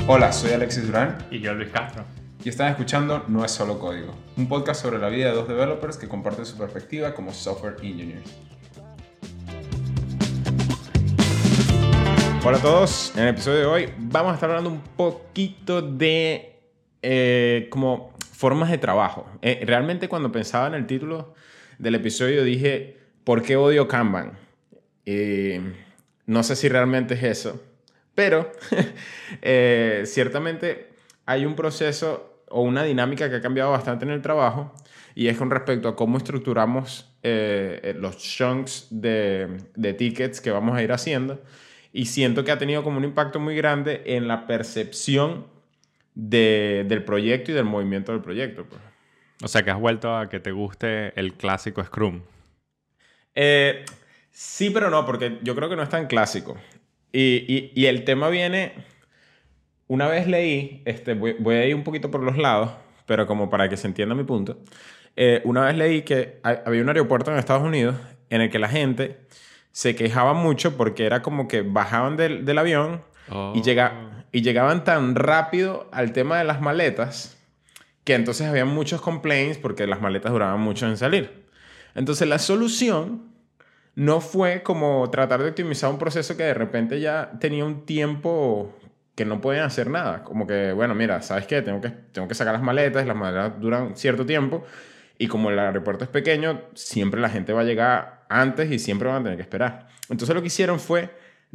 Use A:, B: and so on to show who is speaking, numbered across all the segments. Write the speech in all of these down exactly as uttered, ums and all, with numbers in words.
A: Hola, soy Alexis Durán
B: Y yo, Luis Castro.
A: y están escuchando No es solo código, un podcast sobre la vida de dos developers que comparten su perspectiva como software engineers. Hola a todos, en el episodio de hoy vamos a estar hablando un poquito de eh, como formas de trabajo. Eh, realmente cuando pensaba en el título del episodio dije, ¿por qué odio Kanban? Eh, no sé si realmente es eso, pero eh, ciertamente hay un proceso o una dinámica que ha cambiado bastante en el trabajo y es con respecto a cómo estructuramos eh, los chunks de, de tickets que vamos a ir haciendo, y siento que ha tenido como un impacto muy grande en la percepción de, del proyecto y del movimiento del proyecto, pues.
B: O sea, que has vuelto a que te guste el clásico Scrum.
A: Eh, sí, pero no, porque yo creo que no es tan clásico. Y, y, y el tema viene... Una vez leí, este, voy, voy a ir un poquito por los lados, pero como para que se entienda mi punto. Eh, una vez leí que hay- había un aeropuerto en Estados Unidos en el que la gente se quejaba mucho porque era como que bajaban del, del avión y,
B: Oh.
A: llega, y llegaban tan rápido al tema de las maletas que entonces había muchos complaints porque las maletas duraban mucho en salir. Entonces la solución no fue como tratar de optimizar un proceso que de repente ya tenía un tiempo que no podían hacer nada. Como que, bueno, mira, ¿sabes qué? Tengo que, tengo que sacar las maletas, las maletas duran cierto tiempo y como el aeropuerto es pequeño, siempre la gente va a llegar antes y siempre van a tener que esperar. Entonces lo que hicieron fue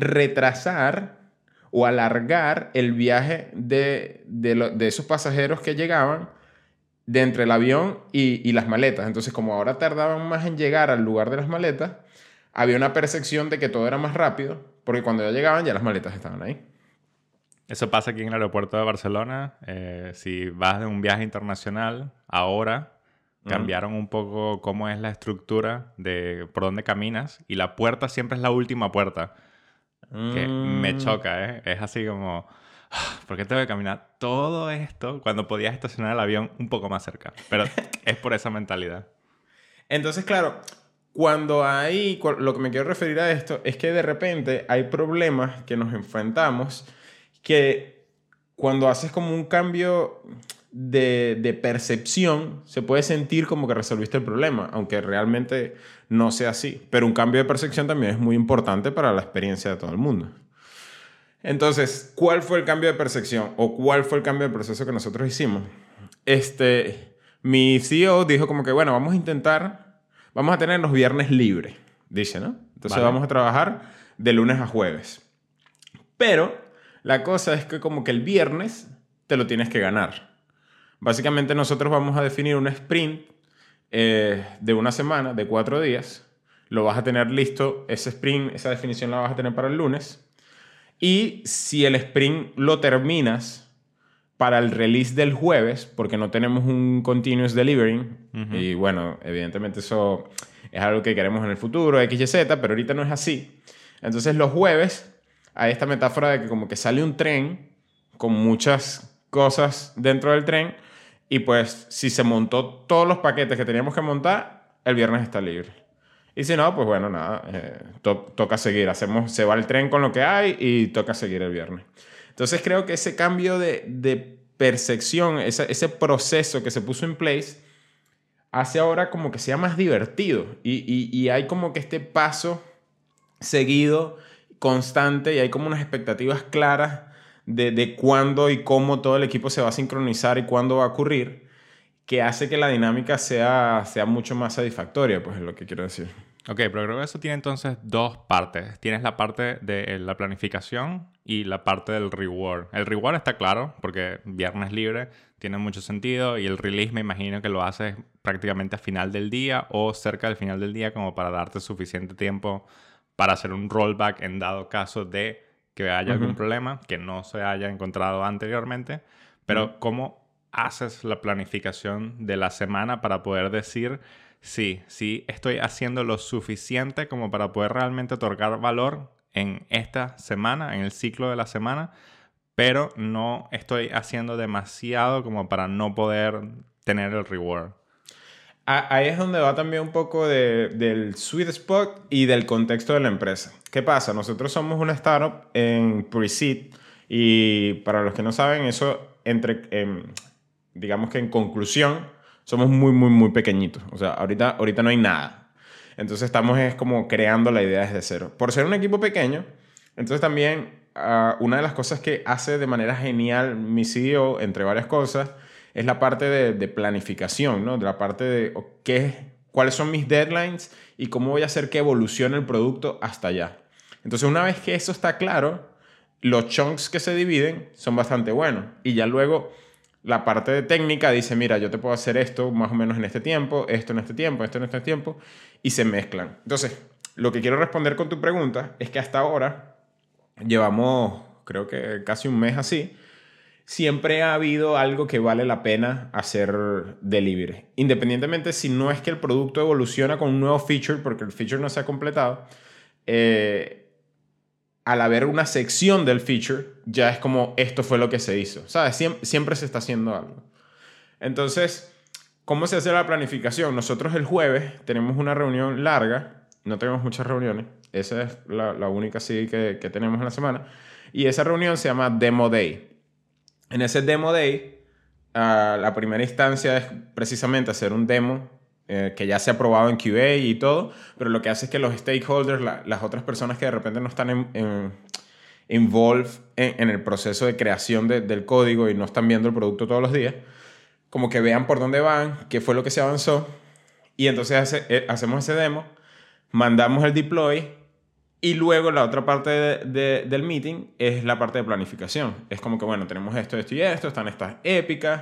A: retrasar o alargar el viaje de, de, lo- de esos pasajeros que llegaban de entre el avión y, y las maletas. Entonces, como ahora tardaban más en llegar al lugar de las maletas, había una percepción de que todo era más rápido, porque cuando ya llegaban ya las maletas estaban ahí.
B: Eso pasa aquí en el aeropuerto de Barcelona. Eh, si vas de un viaje internacional, ahora
A: Mm.
B: cambiaron un poco cómo es la estructura de por dónde caminas. Y la puerta siempre es la última puerta. Que me
A: Mm.
B: choca, ¿eh? Es así como... "Ah, ¿por qué tengo que caminar todo esto cuando podías estacionar el avión un poco más cerca?" Pero es por esa mentalidad.
A: Entonces, claro, cuando hay, cu- lo que me quiero referir a esto es que de repente hay problemas que nos enfrentamos que cuando haces como un cambio de, de percepción, se puede sentir como que resolviste el problema, aunque realmente no sea así. Pero un cambio de percepción también es muy importante para la experiencia de todo el mundo. Entonces, ¿cuál fue el cambio de percepción o cuál fue el cambio de proceso que nosotros hicimos? Este, mi C E O dijo como que, bueno, vamos a intentar, vamos a tener los viernes libres, dice, ¿no? Entonces
B: ¿Vale?
A: vamos a trabajar de lunes a jueves. Pero la cosa es que como que el viernes te lo tienes que ganar. Básicamente nosotros vamos a definir un sprint eh, de una semana, de cuatro días. Lo vas a tener listo, ese sprint, esa definición la vas a tener para el lunes. Y si el sprint lo terminas para el release del jueves, porque no tenemos un continuous delivering,
B: Ujú.
A: y bueno, evidentemente eso es algo que queremos en el futuro, X Y Z, pero ahorita no es así. Entonces los jueves hay esta metáfora de que como que sale un tren con muchas cosas dentro del tren y pues si se montó todos los paquetes que teníamos que montar, el viernes está libre. Y si no, pues bueno, nada, eh, to- toca seguir. Hacemos, se va el tren con lo que hay y toca seguir el viernes. Entonces creo que ese cambio de, de percepción, ese, ese proceso que se puso en place, hace ahora como que sea más divertido. Y, y, y hay como que este paso seguido, constante, y hay como unas expectativas claras de, de cuándo y cómo todo el equipo se va a sincronizar y cuándo va a ocurrir, que hace que la dinámica sea, sea mucho más satisfactoria, pues es lo que quiero decir.
B: Ok, pero creo que eso tiene entonces dos partes. Tienes la parte de la planificación y la parte del reward. El reward está claro, porque viernes libre tiene mucho sentido y el release me imagino que lo haces prácticamente a final del día o cerca del final del día como para darte suficiente tiempo para hacer un rollback en dado caso de que haya algún
A: Ujú,
B: problema que no se haya encontrado anteriormente.
A: ujú.
B: Pero ¿cómo haces la planificación de la semana para poder decir... Sí, sí, estoy haciendo lo suficiente como para poder realmente otorgar valor en esta semana, en el ciclo de la semana, pero no estoy haciendo demasiado como para no poder tener el reward.
A: A- Ahí es donde va también un poco de- del sweet spot y del contexto de la empresa. ¿Qué pasa? Nosotros somos una startup en pre-seed Y para los que no saben, eso, entre, eh, digamos que en conclusión, somos muy, muy, muy pequeñitos. O sea, ahorita, ahorita no hay nada. Entonces estamos es como creando la idea desde cero. Por ser un equipo pequeño, entonces también uh, una de las cosas que hace de manera genial mi C E O, entre varias cosas, es la parte de, de planificación, ¿no? De la parte de qué, cuáles son mis deadlines y cómo voy a hacer que evolucione el producto hasta allá. Entonces, una vez que eso está claro, los chunks que se dividen son bastante buenos. Y ya luego la parte de técnica dice, mira, yo te puedo hacer esto más o menos en este tiempo, esto en este tiempo, esto en este tiempo, y se mezclan. Entonces, lo que quiero responder con tu pregunta es que hasta ahora llevamos, creo que casi un mes así, siempre ha habido algo que vale la pena hacer delivery. Independientemente si no es que el producto evoluciona con un nuevo feature, porque el feature no se ha completado, eh, al haber una sección del feature, ya es como esto fue lo que se hizo. ¿Sabes? Siempre, siempre se está haciendo algo. Entonces, ¿cómo se hace la planificación? Nosotros el jueves tenemos una reunión larga, no tenemos muchas reuniones, esa es la, la única sí que, que tenemos en la semana, y esa reunión se llama Demo Day. En ese Demo Day, uh, la primera instancia es precisamente hacer un demo eh, que ya se ha probado en Q A y todo, pero lo que hace es que los stakeholders, la, las otras personas que de repente no están en, en, involved en, en el proceso de creación de, del código y no están viendo el producto todos los días, como que vean por dónde van, qué fue lo que se avanzó, y entonces hace, eh, hacemos ese demo, mandamos el deploy. Y luego la otra parte de, de, del meeting es la parte de planificación. Es como que, bueno, tenemos esto, esto y esto, están estas épicas,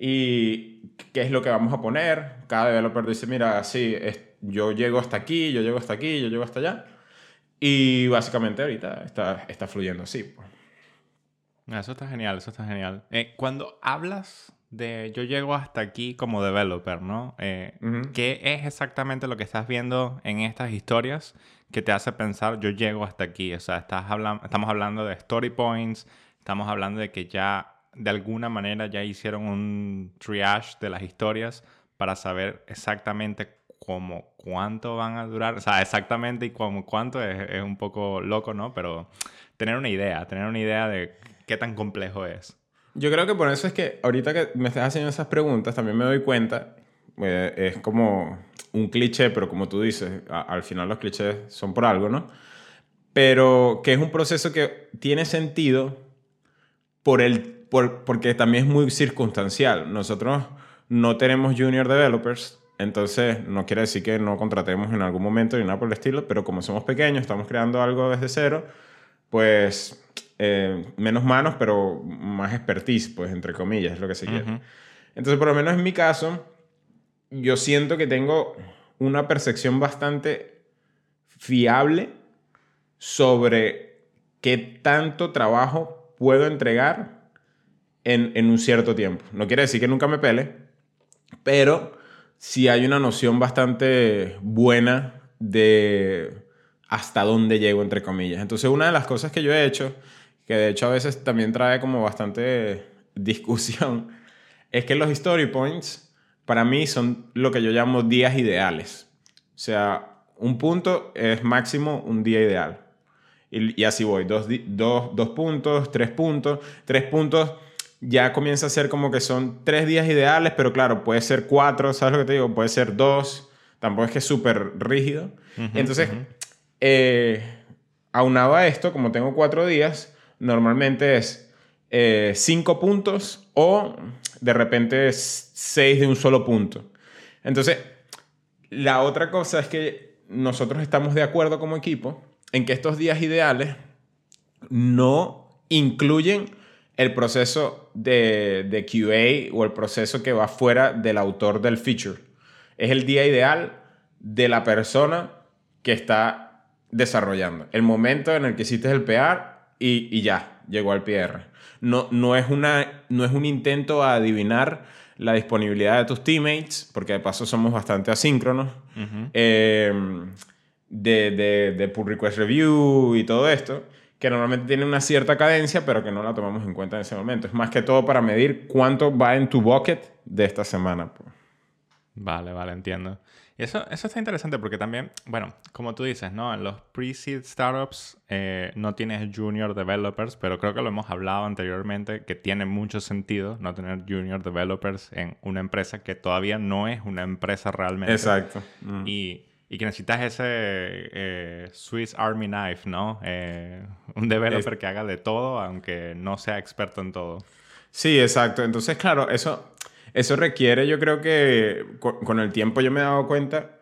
A: y qué es lo que vamos a poner. Cada developer dice, mira, sí, es, yo llego hasta aquí, yo llego hasta aquí, yo llego hasta allá. Y básicamente ahorita está, está fluyendo así. Pues.
B: Eso está genial, eso está genial. Eh, cuando hablas de yo llego hasta aquí como developer, ¿no? Eh, uh-huh. ¿Qué es exactamente lo que estás viendo en estas historias que te hace pensar yo llego hasta aquí? O sea, estás habla- estamos hablando de story points, estamos hablando de que ya de alguna manera ya hicieron un triage de las historias para saber exactamente cómo cuánto van a durar. O sea, exactamente y cómo cuánto es, es un poco loco, ¿no? Pero tener una idea, tener una idea de qué tan complejo es.
A: Yo creo que por eso es que ahorita que me estás haciendo esas preguntas también me doy cuenta, eh, es como un cliché, pero como tú dices, a, al final los clichés son por algo, ¿no? Pero que es un proceso que tiene sentido por el, por, porque también es muy circunstancial. Nosotros no tenemos junior developers, entonces no quiere decir que no contratemos en algún momento ni nada por el estilo, pero como somos pequeños, estamos creando algo desde cero, pues eh, menos manos, pero más expertise, pues entre comillas, es lo que se quiere. Uh-huh. Entonces, por lo menos en mi caso, yo siento que tengo una percepción bastante fiable sobre qué tanto trabajo puedo entregar en, en un cierto tiempo. No quiere decir que nunca me pele, pero sí hay una noción bastante buena de hasta dónde llego, entre comillas. Entonces, una de las cosas que yo he hecho, que de hecho a veces también trae como bastante discusión, es que los story points para mí son lo que yo llamo días ideales. O sea, un punto es máximo un día ideal. Y, y así voy, dos, dos, dos puntos, tres puntos, tres puntos ya comienza a ser como que son tres días ideales, pero claro, puede ser cuatro, ¿sabes lo que te digo? Puede ser dos, tampoco es que es súper rígido. Uh-huh, Entonces, uh-huh. eh, aunado a esto, como tengo cuatro días, normalmente es eh, cinco puntos o de repente seis de un solo punto. Entonces, la otra cosa es que nosotros estamos de acuerdo como equipo en que estos días ideales no incluyen el proceso de, de Q A o el proceso que va fuera del autor del feature. Es el día ideal de la persona que está desarrollando. El momento en el que hiciste el P R y, y ya, llegó al P R. No, no, es una, no es un intento a adivinar la disponibilidad de tus teammates, porque de paso somos bastante asíncronos, uh-huh. eh, de, de, de pull request review y todo esto, que normalmente tiene una cierta cadencia, pero que no la tomamos en cuenta en ese momento. Es más que todo para medir cuánto va en tu bucket de esta semana. Pues.
B: Vale, vale, entiendo. Y eso, eso está interesante porque también, bueno, como tú dices, ¿no? En los pre-seed startups eh, no tienes junior developers, pero creo que lo hemos hablado anteriormente, que tiene mucho sentido no tener junior developers en una empresa que todavía no es una empresa realmente.
A: Exacto. Mm.
B: Y, y que necesitas ese eh, Swiss Army Knife, ¿no? Eh, un developer
A: Es-
B: que haga de todo, aunque no sea experto en todo.
A: Sí, exacto. Entonces, claro, eso, eso requiere, yo creo que con, con el tiempo yo me he dado cuenta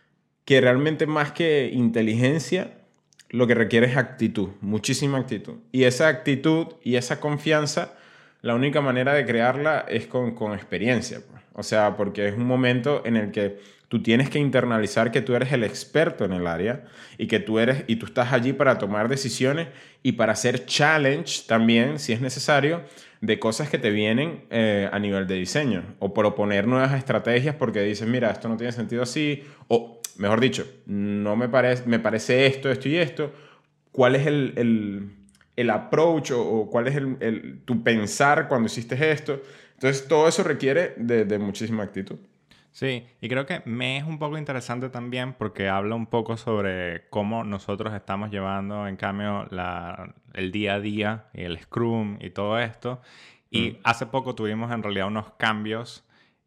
A: que realmente más que inteligencia, lo que requiere es actitud, muchísima actitud. Y esa actitud y esa confianza, la única manera de crearla es con, con experiencia, pues. O sea, porque es un momento en el que tú tienes que internalizar que tú eres el experto en el área y que tú eres y tú estás allí para tomar decisiones y para hacer challenge también, si es necesario, de cosas que te vienen eh, a nivel de diseño o proponer nuevas estrategias porque dices, mira, esto no tiene sentido así, o mejor dicho, no me parece, me parece esto, esto y esto. ¿Cuál es el, el, el approach o, o cuál es el, el, tu pensar cuando hiciste esto? Entonces, todo eso requiere de, de muchísima actitud.
B: Sí, y creo que me es un poco interesante también porque habla un poco sobre cómo nosotros estamos llevando, en cambio, la, el día a día, y el Scrum y todo esto.
A: Mm.
B: Y hace poco tuvimos en realidad unos cambios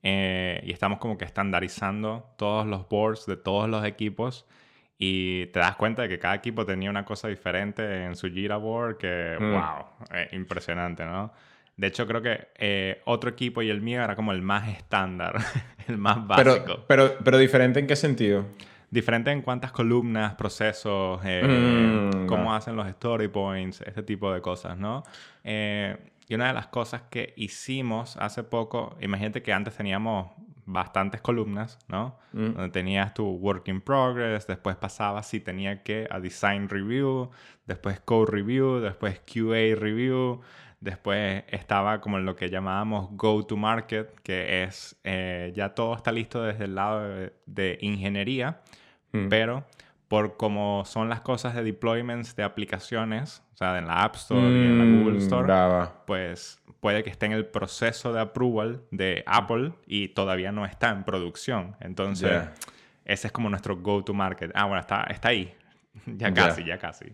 B: eh, y estamos como que estandarizando todos los boards de todos los equipos. Y te das cuenta de que cada equipo tenía una cosa diferente en su Jira board que,
A: Mm.
B: wow, eh, impresionante, ¿no? De hecho, creo que eh, otro equipo y el mío era como el más estándar, el más
A: Pero,
B: básico.
A: pero, pero diferente en qué sentido?
B: Diferente en cuántas columnas, procesos, eh,
A: Mm,
B: cómo
A: va.
B: hacen los story points, este tipo de cosas, ¿no? Eh, y una de las cosas que hicimos hace poco, imagínate que antes teníamos bastantes columnas, ¿no?
A: Mm.
B: Donde tenías tu work in progress, después pasabas si tenía que a design review, después code review, después Q A review, después estaba como en lo que llamábamos go to market, que es eh, ya todo está listo desde el lado de, de ingeniería,
A: Mm.
B: pero por cómo son las cosas de deployments de aplicaciones, o sea, en la App Store y en la Google
A: Mm,
B: Store,
A: va, va.
B: pues puede que esté en el proceso de approval de Apple y todavía no está en producción. Entonces,
A: Ya,
B: ese es como nuestro go-to-market. Ah, bueno, está, está ahí. Ya casi,
A: ya.
B: ya casi.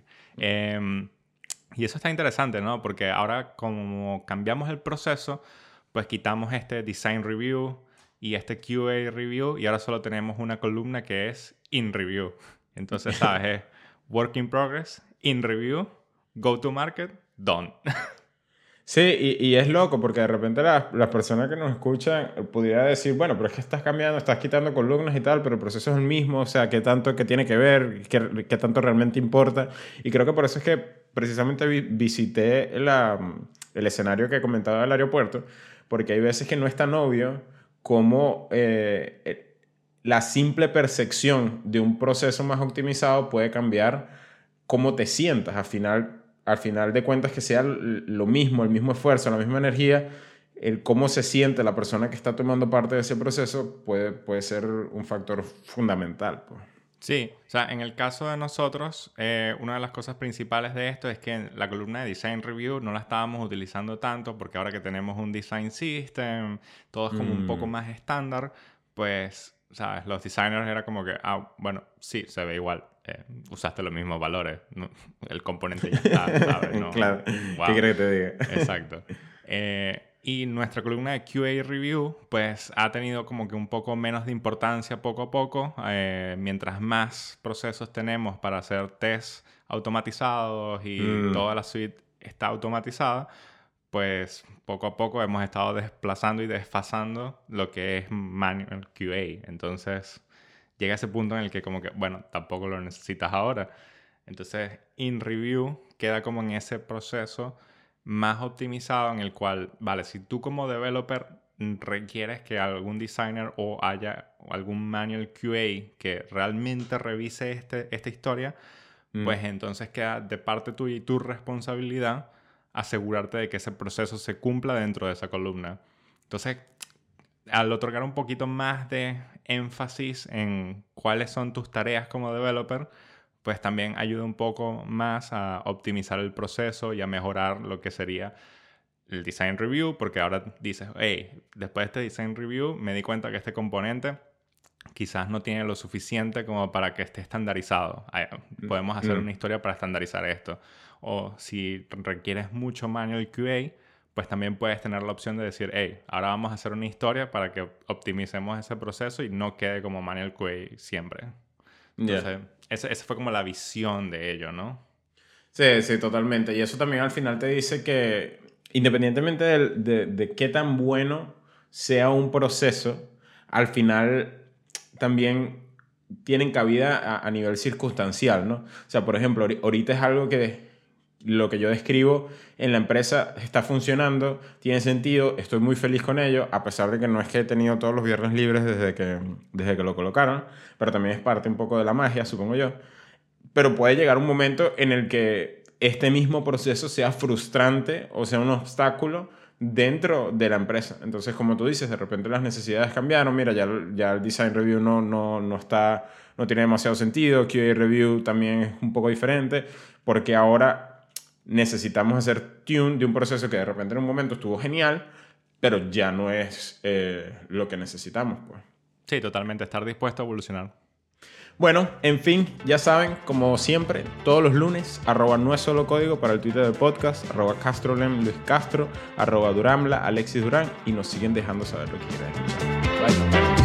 B: Em, y eso está interesante, ¿no? Porque ahora como cambiamos el proceso, pues quitamos este design review y este Q A review y ahora solo tenemos una columna que es in review. Entonces, ¿sabes? Es work in progress, in review, go to market, done.
A: Sí, y, y es loco porque de repente las, las personas que nos escuchan eh, pudiera decir, bueno, pero es que estás cambiando, estás quitando columnas y tal, pero el proceso es el mismo, o sea, ¿qué tanto que tiene que ver? ¿Qué, qué tanto realmente importa? Y creo que por eso es que precisamente vi- visité la, el escenario que comentaba del aeropuerto, porque hay veces que no es tan obvio cómo eh, eh, la simple percepción de un proceso más optimizado puede cambiar cómo te sientas. Al final, al final de cuentas, que sea lo mismo, el mismo esfuerzo, la misma energía, el cómo se siente la persona que está tomando parte de ese proceso puede, puede ser un factor fundamental, pues.
B: Sí, o sea, en el caso de nosotros, eh, una de las cosas principales de esto es que en la columna de Design Review no la estábamos utilizando tanto porque ahora que tenemos un Design System, todo es como un poco
A: Mm.
B: más estándar, pues, ¿sabes? Los designers era como que, ah, bueno, sí, se ve igual. eh, usaste los mismos valores. no- el componente ya está, ¿sabes? No,
A: Claro, ¿qué
B: wow.
A: quieres que te diga?
B: Exacto. Eh, y nuestra columna de Q A Review, pues ha tenido como que un poco menos de importancia poco a poco. Eh, mientras más procesos tenemos para hacer tests automatizados y
A: Mm.
B: toda la suite está automatizada, pues poco a poco hemos estado desplazando y desfasando lo que es manual Q A. Entonces llega ese punto en el que como que, bueno, tampoco lo necesitas ahora. Entonces, in review queda como en ese proceso más optimizado en el cual, vale, si tú como developer requieres que algún designer o haya algún manual Q A que realmente revise este, esta historia,
A: Mm.
B: pues entonces queda de parte tuya y tu responsabilidad asegurarte de que ese proceso se cumpla dentro de esa columna. Entonces, al otorgar un poquito más de énfasis en cuáles son tus tareas como developer, pues también ayuda un poco más a optimizar el proceso y a mejorar lo que sería el design review, porque ahora dices, hey, después de este design review me di cuenta que este componente quizás no tiene lo suficiente como para que esté estandarizado. Podemos hacer mm. una historia para estandarizar esto. O si requieres mucho manual Q A, pues también puedes tener la opción de decir, hey, ahora vamos a hacer una historia para que optimicemos ese proceso y no quede como manual Q A siempre. Entonces, yeah. esa, esa fue como la visión de ello, ¿no?
A: Sí, sí, totalmente. Y eso también al final te dice que independientemente de, de, de qué tan bueno sea un proceso, al final también tienen cabida a, a nivel circunstancial, ¿no? O sea, por ejemplo, ahorita es algo que lo que yo describo en la empresa está funcionando, tiene sentido, estoy muy feliz con ello, a pesar de que no es que he tenido todos los viernes libres desde que, desde que lo colocaron, pero también es parte un poco de la magia, supongo yo. Pero puede llegar un momento en el que este mismo proceso sea frustrante o sea un obstáculo dentro de la empresa. Entonces, como tú dices, de repente las necesidades cambiaron. Mira, ya, ya el design review no, no, no, está, no tiene demasiado sentido. Q A review también es un poco diferente porque ahora necesitamos hacer tune de un proceso que de repente en un momento estuvo genial, pero ya no es eh, lo que necesitamos, pues.
B: Sí, totalmente. Estar dispuesto a evolucionar.
A: Bueno, en fin, ya saben, como siempre, todos los lunes, arroba no es solo código para el Twitter del podcast, arroba castrolem, Luis Castro, arroba duramla, Alexis Durán, y nos siguen dejando saber lo que quieren escuchar. Bye.